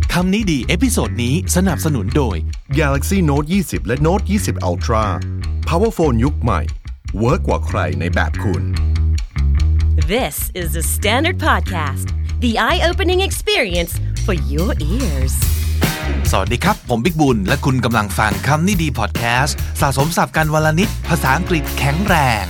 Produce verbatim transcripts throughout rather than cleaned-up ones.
คำนี้ดีเอพิโซดนี้สนับสนุนโดย Galaxy Note ยี่สิบและ Note ยี่สิบ Ultra Power Phone ยุคใหม่เวิร์กกว่าใครในแบบคุณ This is the Standard Podcast, the eye-opening experience for your ears. สวัสดีครับผมบิ๊กบุญและคุณกำลังฟังคำนี้ดีพอดแคสต์สะสมศัพท์กันวันละนิดภาษาอังกฤษแข็งแรง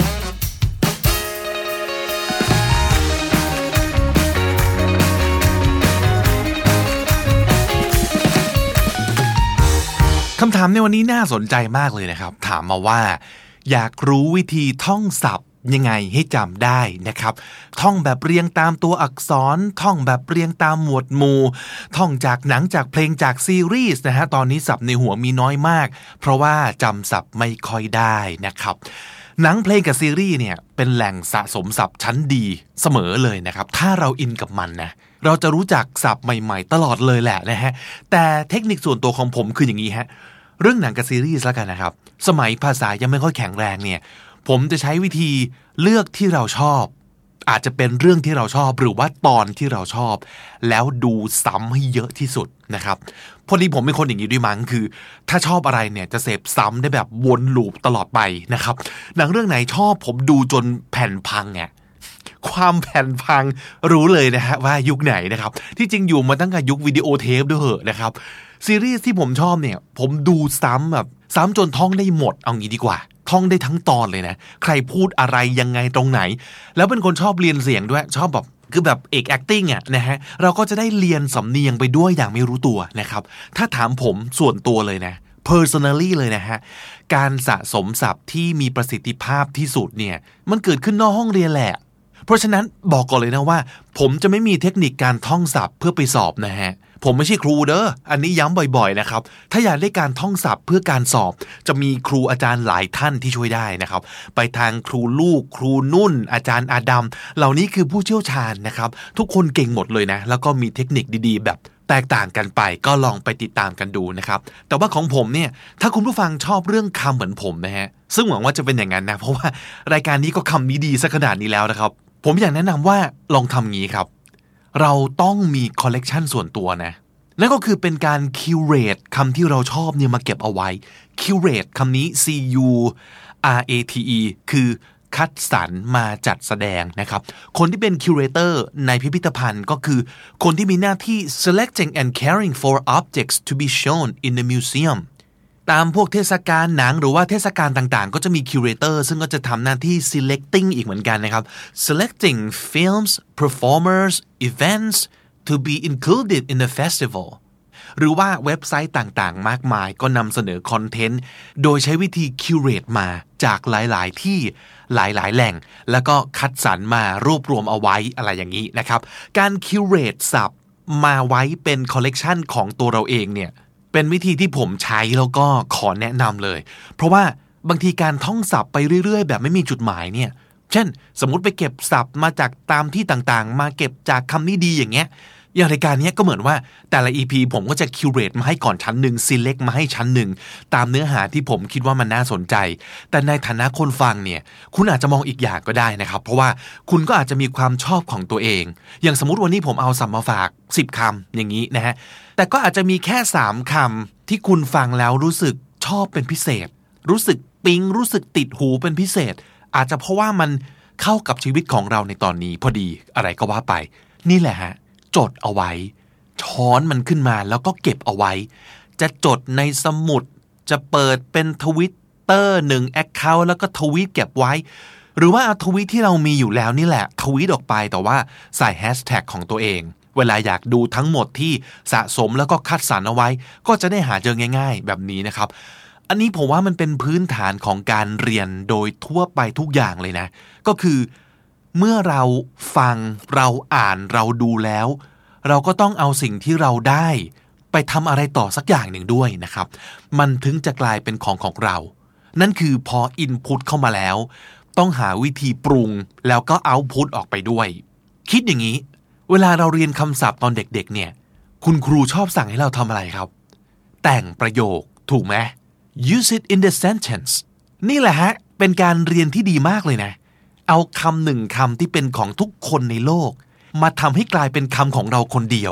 คำถามในวันนี้น่าสนใจมากเลยนะครับถามมาว่าอยากรู้วิธีท่องศัพท์ยังไงให้จำได้นะครับท่องแบบเรียงตามตัวอักษรท่องแบบเรียงตามหมวดหมู่ท่องจากหนังจากเพลงจากซีรีส์นะฮะตอนนี้ศัพท์ในหัวมีน้อยมากเพราะว่าจำศัพท์ไม่ค่อยได้นะครับหนังเพลงกับซีรีส์เนี่ยเป็นแหล่งสะสมศัพท์ชั้นดีเสมอเลยนะครับถ้าเราอินกับมันนะเราจะรู้จักศัพท์ใหม่ๆตลอดเลยแหละนะฮะแต่เทคนิคส่วนตัวของผมคืออย่างนี้ฮะเรื่องหนังกับซีรีส์แล้วกันนะครับสมัยภาษายังไม่ค่อยแข็งแรงเนี่ยผมจะใช้วิธีเลือกที่เราชอบอาจจะเป็นเรื่องที่เราชอบหรือว่าตอนที่เราชอบแล้วดูซ้ำให้เยอะที่สุดนะครับพอดีผมเป็นคนอย่างนี้ด้วยมั้งคือถ้าชอบอะไรเนี่ยจะเสพซ้ำได้แบบวนลูปตลอดไปนะครับหนังเรื่องไหนชอบผมดูจนแผ่นพังไงความแผ่นพังรู้เลยนะฮะว่ายุคไหนนะครับที่จริงอยู่มาตั้งแต่ยุควิดีโอเทปด้วยเหอะนะครับซีรีส์ที่ผมชอบเนี่ยผมดูซ้ำแบบซ้ำจนท่องได้หมดเอางี้ดีกว่าท่องได้ทั้งตอนเลยนะใครพูดอะไรยังไงตรงไหนแล้วเป็นคนชอบเรียนเสียงด้วยชอบแบบคือแบบเอก acting อ่ะนะฮะเราก็จะได้เรียนสำเนียงไปด้วยอย่างไม่รู้ตัวนะครับถ้าถามผมส่วนตัวเลยนะ personally เลยนะฮะการสะสมศัพท์ที่มีประสิทธิภาพที่สุดเนี่ยมันเกิดขึ้นนอกห้องเรียนแหละเพราะฉะนั้นบอกก่อนเลยนะว่าผมจะไม่มีเทคนิคการท่องศัพท์เพื่อไปสอบนะฮะผมไม่ใช่ครูเด้ออันนี้ย้ำบ่อยๆนะครับถ้าอยากได้การท่องศัพท์เพื่อการสอบจะมีครูอาจารย์หลายท่านที่ช่วยได้นะครับไปทางครูลูกครูนุ่นอาจารย์อาดัมเหล่านี้คือผู้เชี่ยวชาญนะครับทุกคนเก่งหมดเลยนะแล้วก็มีเทคนิคดีๆแบบแตกต่างกันไปก็ลองไปติดตามกันดูนะครับแต่ว่าของผมเนี่ยถ้าคุณผู้ฟังชอบเรื่องคำเหมือนผมนะฮะซึ่งหวังว่าจะเป็นอย่างนั้นนะเพราะว่ารายการนี้ก็คำนี้ดีซะขนาดนี้แล้วนะครับผมอยากแนะนำว่าลองทำงี้ครับเราต้องมีคอลเลกชันส่วนตัวนะนั่นก็คือเป็นการคิวเรตคำที่เราชอบเนี่ยมาเก็บเอาไว้คิวเรตคำนี้ C U R A T E คือคัดสรรมาจัดแสดงนะครับคนที่เป็นคิวเรเตอร์ในพิพิธภัณฑ์ก็คือคนที่มีหน้าที่ selecting and caring for objects to be shown in the museumตามพวกเทศกาลหนังหรือว่าเทศกาลต่างๆก็จะมีคิวเรเตอร์ซึ่งก็จะทำหน้าที่ selecting อีกเหมือนกันนะครับ selecting films performers events to be included in the festival หรือว่าเว็บไซต์ต่างๆมากมายก็นำเสนอคอนเทนต์โดยใช้วิธีคิวเรตมาจากหลายๆที่หลายๆแหล่งแล้วก็คัดสรรมารวบรวมเอาไว้อะไรอย่างนี้นะครับการคิวเรตศัพท์มาไว้เป็นคอลเลกชันของตัวเราเองเนี่ยเป็นวิธีที่ผมใช้แล้วก็ขอแนะนำเลยเพราะว่าบางทีการท่องศัพท์ไปเรื่อยๆแบบไม่มีจุดหมายเนี่ยเช่นสมมุติไปเก็บศัพท์มาจากตามที่ต่างๆมาเก็บจากคำนี้ดีอย่างเงี้ยอย่างรายการนี้ก็เหมือนว่าแต่ละ อี พี ผมก็จะคิวเรตมาให้ก่อนชั้นหนึ่ง select มาให้ชั้นหนึ่งตามเนื้อหาที่ผมคิดว่ามันน่าสนใจแต่ในฐานะคนฟังเนี่ยคุณอาจจะมองอีกอย่างก็ได้นะครับเพราะว่าคุณก็อาจจะมีความชอบของตัวเองอย่างสมมุติวันนี้ผมเอาศัพท์มาฝากสิบคำอย่างนี้นะฮะแต่ก็อาจจะมีแค่สามคำที่คุณฟังแล้วรู้สึกชอบเป็นพิเศษรู้สึกปิ๊งรู้สึกติดหูเป็นพิเศษอาจจะเพราะว่ามันเข้ากับชีวิตของเราในตอนนี้พอดีอะไรก็ว่าไปนี่แหละฮะจดเอาไว้ช้อนมันขึ้นมาแล้วก็เก็บเอาไว้จะจดในสมุดจะเปิดเป็น Twitter หนึ่ง account แล้วก็ทวีตเก็บไว้หรือว่าเอาทวีตที่เรามีอยู่แล้วนี่แหละทวีตออกไปแต่ว่าใส่แฮชแท็กของตัวเองเวลาอยากดูทั้งหมดที่สะสมแล้วก็คัดสรรเอาไว้ก็จะได้หาเจอง่ายๆแบบนี้นะครับอันนี้ผมว่ามันเป็นพื้นฐานของการเรียนโดยทั่วไปทุกอย่างเลยนะก็คือเมื่อเราฟังเราอ่านเราดูแล้วเราก็ต้องเอาสิ่งที่เราได้ไปทำอะไรต่อสักอย่างหนึ่งด้วยนะครับมันถึงจะกลายเป็นของของเรานั่นคือพออินพุตเข้ามาแล้วต้องหาวิธีปรุงแล้วก็เอาท์พุตออกไปด้วยคิดอย่างนี้เวลาเราเรียนคำศัพท์ตอนเด็กๆเนี่ยคุณครูชอบสั่งให้เราทำอะไรครับแต่งประโยคถูกไหม use it in the sentence นี่แหละฮะเป็นการเรียนที่ดีมากเลยนะเอาคำหนึ่งคำที่เป็นของทุกคนในโลกมาทำให้กลายเป็นคำของเราคนเดียว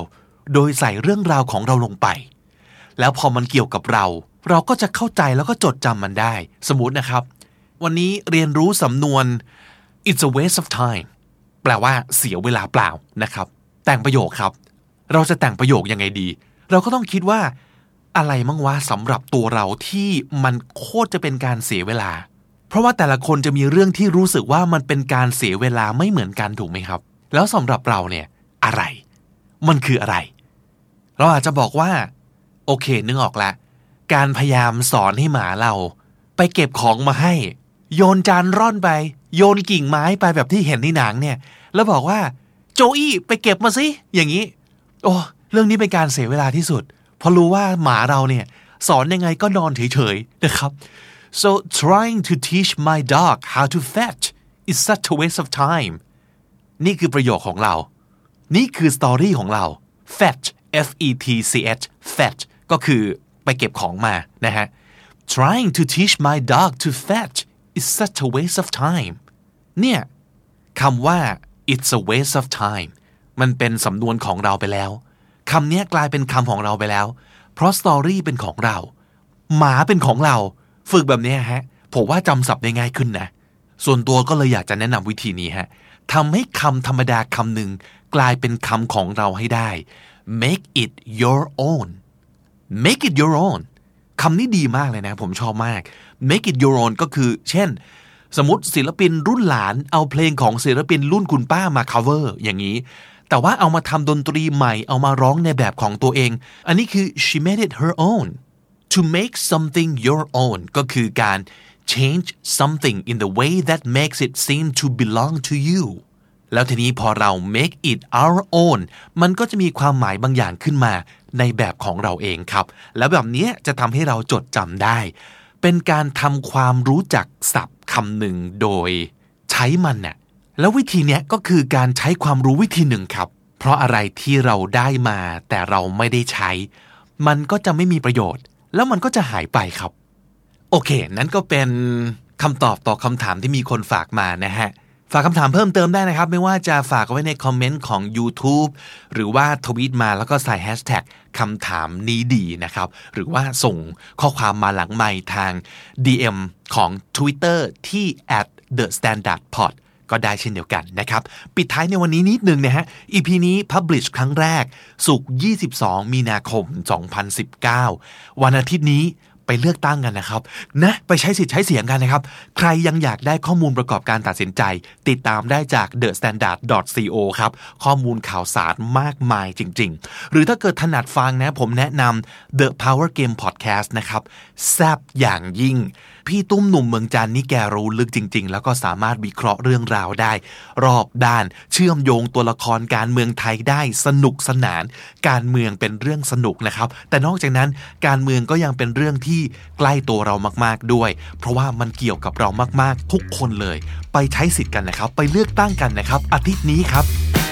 โดยใส่เรื่องราวของเราลงไปแล้วพอมันเกี่ยวกับเราเราก็จะเข้าใจแล้วก็จดจำมันได้สมมุตินะครับวันนี้เรียนรู้สำนวน it's a waste of time แปลว่าเสียเวลาเปล่านะครับแต่งประโยคครับเราจะแต่งประโยคยังไงดีเราก็ต้องคิดว่าอะไรมั่งวะสำหรับตัวเราที่มันโคตรจะเป็นการเสียเวลาเพราะว่าแต่ละคนจะมีเรื่องที่รู้สึกว่ามันเป็นการเสียเวลาไม่เหมือนกันถูกไหมครับแล้วสำหรับเราเนี่ยอะไรมันคืออะไรเราอาจจะบอกว่าโอเคนึกออกละการพยายามสอนให้หมาเราไปเก็บของมาให้โยนจานร่อนไปโยนกิ่งไม้ไปแบบที่เห็นในหนังเนี่ยแล้วบอกว่าโจอี้ไปเก็บมาสิอย่างนี้โอ้เรื่องนี้เป็นการเสียเวลาที่สุดเพราะรู้ว่าหมาเราเนี่ยสอนยังไงก็นอนเฉยๆนะครับ so trying to teach my dog how to fetch is such a waste of time นี่คือประโยคของเรานี่คือสตอรี่ของเรา fetch f e t c h fetch ก็คือไปเก็บของมานะฮะ trying to teach my dog to fetch is such a waste of time เนี่ยคำว่า it's a waste of time มันเป็นสำนวนของเราไปแล้วคำนี้กลายเป็นคำของเราไปแล้วเพราะสตอรี่เป็นของเราหมาเป็นของเราฝึกแบบนี้ฮะผมว่าจำศัพท์ได้ง่ายขึ้นนะส่วนตัวก็เลยอยากจะแนะนำวิธีนี้ฮะทำให้คำธรรมดาคำหนึ่งกลายเป็นคำของเราให้ได้ make it your own make it your own คำนี้ดีมากเลยนะผมชอบมาก make it your own ก็คือเช่นสมมติศิลปินรุ่นหลานเอาเพลงของศิลปินรุ่นคุณป้ามา cover อย่างนี้แต่ว่าเอามาทำดนตรีใหม่เอามาร้องในแบบของตัวเองอันนี้คือ she made it her own to make something your own ก็คือการ change something in the way that makes it seem to belong to you แล้วทีนี้พอเรา make it our own มันก็จะมีความหมายบางอย่างขึ้นมาในแบบของเราเองครับแล้วแบบนี้จะทำให้เราจดจำได้เป็นการทำความรู้จักศัพท์คำหนึ่งโดยใช้มันน่ะแล้ววิธีนี้ก็คือการใช้ความรู้วิธีหนึ่งครับเพราะอะไรที่เราได้มาแต่เราไม่ได้ใช้มันก็จะไม่มีประโยชน์แล้วมันก็จะหายไปครับโอเคนั้นก็เป็นคำตอบต่อคำถามที่มีคนฝากมานะฮะฝากคำถามเพิ่มเติมได้นะครับไม่ว่าจะฝากเอาไว้ในคอมเมนต์ของ YouTube หรือว่าทวีตมาแล้วก็ใส่แฮชแท็กคำถามนี้ดีนะครับหรือว่าส่งข้อความมาหลังไมค์ทาง ดี เอ็ม ของ Twitter ที่ แอท เดอะ สแตนดาร์ด พอด ก็ได้เช่นเดียวกันนะครับปิดท้ายในวันนี้นิดนึงนะฮะ อี พี นี้ Publish ครั้งแรกศุกร์ยี่สิบสองมีนาคมสองพันสิบเก้าวันอาทิตย์นี้ไปเลือกตั้งกันนะครับนะไปใช้สิทธิ์ใช้เสียงกันนะครับใครยังอยากได้ข้อมูลประกอบการตัดสินใจติดตามได้จาก เดอะ สแตนดาร์ด ดอท ซี โอ ครับข้อมูลข่าวสารมากมายจริงๆหรือถ้าเกิดถนัดฟังนะผมแนะนำ The Power Game Podcast นะครับแซ่บอย่างยิ่งพี่ตุ้มหนุ่มเมืองจันทร์นี่แกรู้ลึกจริงๆแล้วก็สามารถวิเคราะห์เรื่องราวได้รอบด้านเชื่อมโยงตัวละครการเมืองไทยได้สนุกสนานการเมืองเป็นเรื่องสนุกนะครับแต่นอกจากนั้นการเมืองก็ยังเป็นเรื่องที่ใกล้ตัวเรามากๆด้วยเพราะว่ามันเกี่ยวกับเรามากๆทุกคนเลยไปใช้สิทธิ์กันนะครับไปเลือกตั้งกันนะครับอาทิตย์นี้ครับ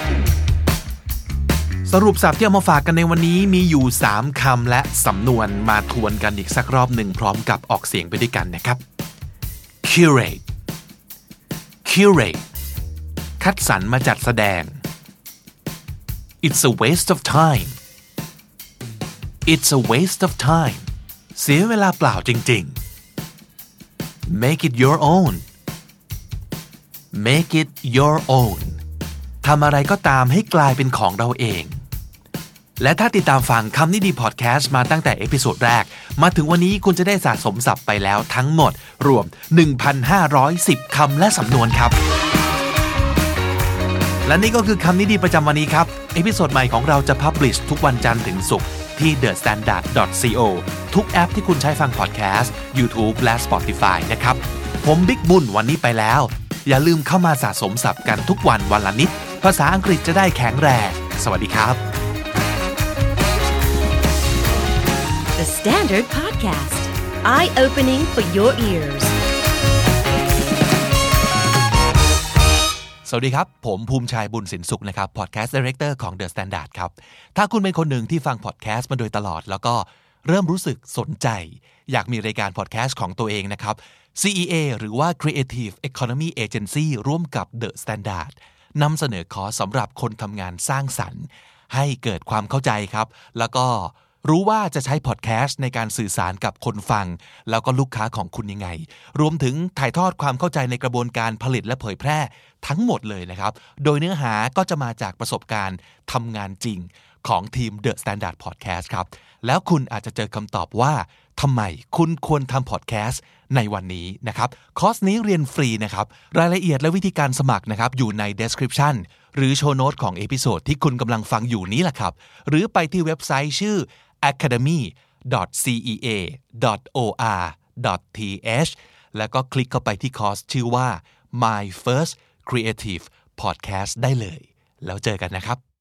สรุปศัพท์ที่เอามาฝากกันในวันนี้มีอยู่สามคำและสำนวนมาทวนกันอีกสักรอบหนึ่งพร้อมกับออกเสียงไปด้วยกันนะครับ curate curate คัดสรรมาจัดแสดง it's a waste of time it's a waste of time เสียเวลาเปล่าจริงๆ make it your own make it your own ทำอะไรก็ตามให้กลายเป็นของเราเองและถ้าติดตามฟังคำนี้ดีพอดแคสต์มาตั้งแต่เอพิโซดแรกมาถึงวันนี้คุณจะได้สะสมศัพท์ไปแล้วทั้งหมดรวม หนึ่งพันห้าร้อยสิบ คำและสำนวนครับและนี่ก็คือคำนี้ดีประจำวันนี้ครับเอพิโซดใหม่ของเราจะพับลิชทุกวันจันทร์ถึงศุกร์ที่ เดอะ สแตนดาร์ด ดอท ซี โอ ทุกแอปที่คุณใช้ฟังพอดแคสต์ YouTube และ Spotify นะครับผมบิ๊กบุญวันนี้ไปแล้วอย่าลืมเข้ามาสะสมศัพท์กันทุกวันวันละนิดภาษาอังกฤษจะได้แข็งแรงสวัสดีครับ The Standard Podcast Eye-opening for your ears สวัสดีครับผมภูมิชัยบุญสินสุขนะครับพอดแคสต์ไดเรคเตอร์ของ The Standard ครับถ้าคุณเป็นคนหนึ่งที่ฟังพอดแคสต์มาโดยตลอดแล้วก็เริ่มรู้สึกสนใจอยากมีรายการพอดแคสต์ของตัวเองนะครับ ซี อี เอ หรือว่า Creative Economy Agency ร่วมกับ The Standard นำเสนอคอร์สสำหรับคนทำงานสร้างสรรค์ให้เกิดความเข้าใจครับแล้วก็รู้ว่าจะใช้พอดแคสต์ในการสื่อสารกับคนฟังแล้วก็ลูกค้าของคุณยังไงรวมถึงถ่ายทอดความเข้าใจในกระบวนการผลิตและเผยแพร่ทั้งหมดเลยนะครับโดยเนื้อหาก็จะมาจากประสบการณ์ทำงานจริงของทีม The Standard Podcast ครับแล้วคุณอาจจะเจอคำตอบว่าทำไมคุณควรทำพอดแคสต์ในวันนี้นะครับคอร์สนี้เรียนฟรีนะครับรายละเอียดและวิธีการสมัครนะครับอยู่ใน description หรือโชว์โน้ตของเอพิโซดที่คุณกำลังฟังอยู่นี้แหละครับหรือไปที่เว็บไซต์ชื่อ academy ดอท ซี อี เอ ดอท โอ อาร์ ดอท ที เอช แล้วก็คลิกเข้าไปที่คอร์สชื่อว่า My First Creative Podcast ได้เลยแล้วเจอกันนะครับ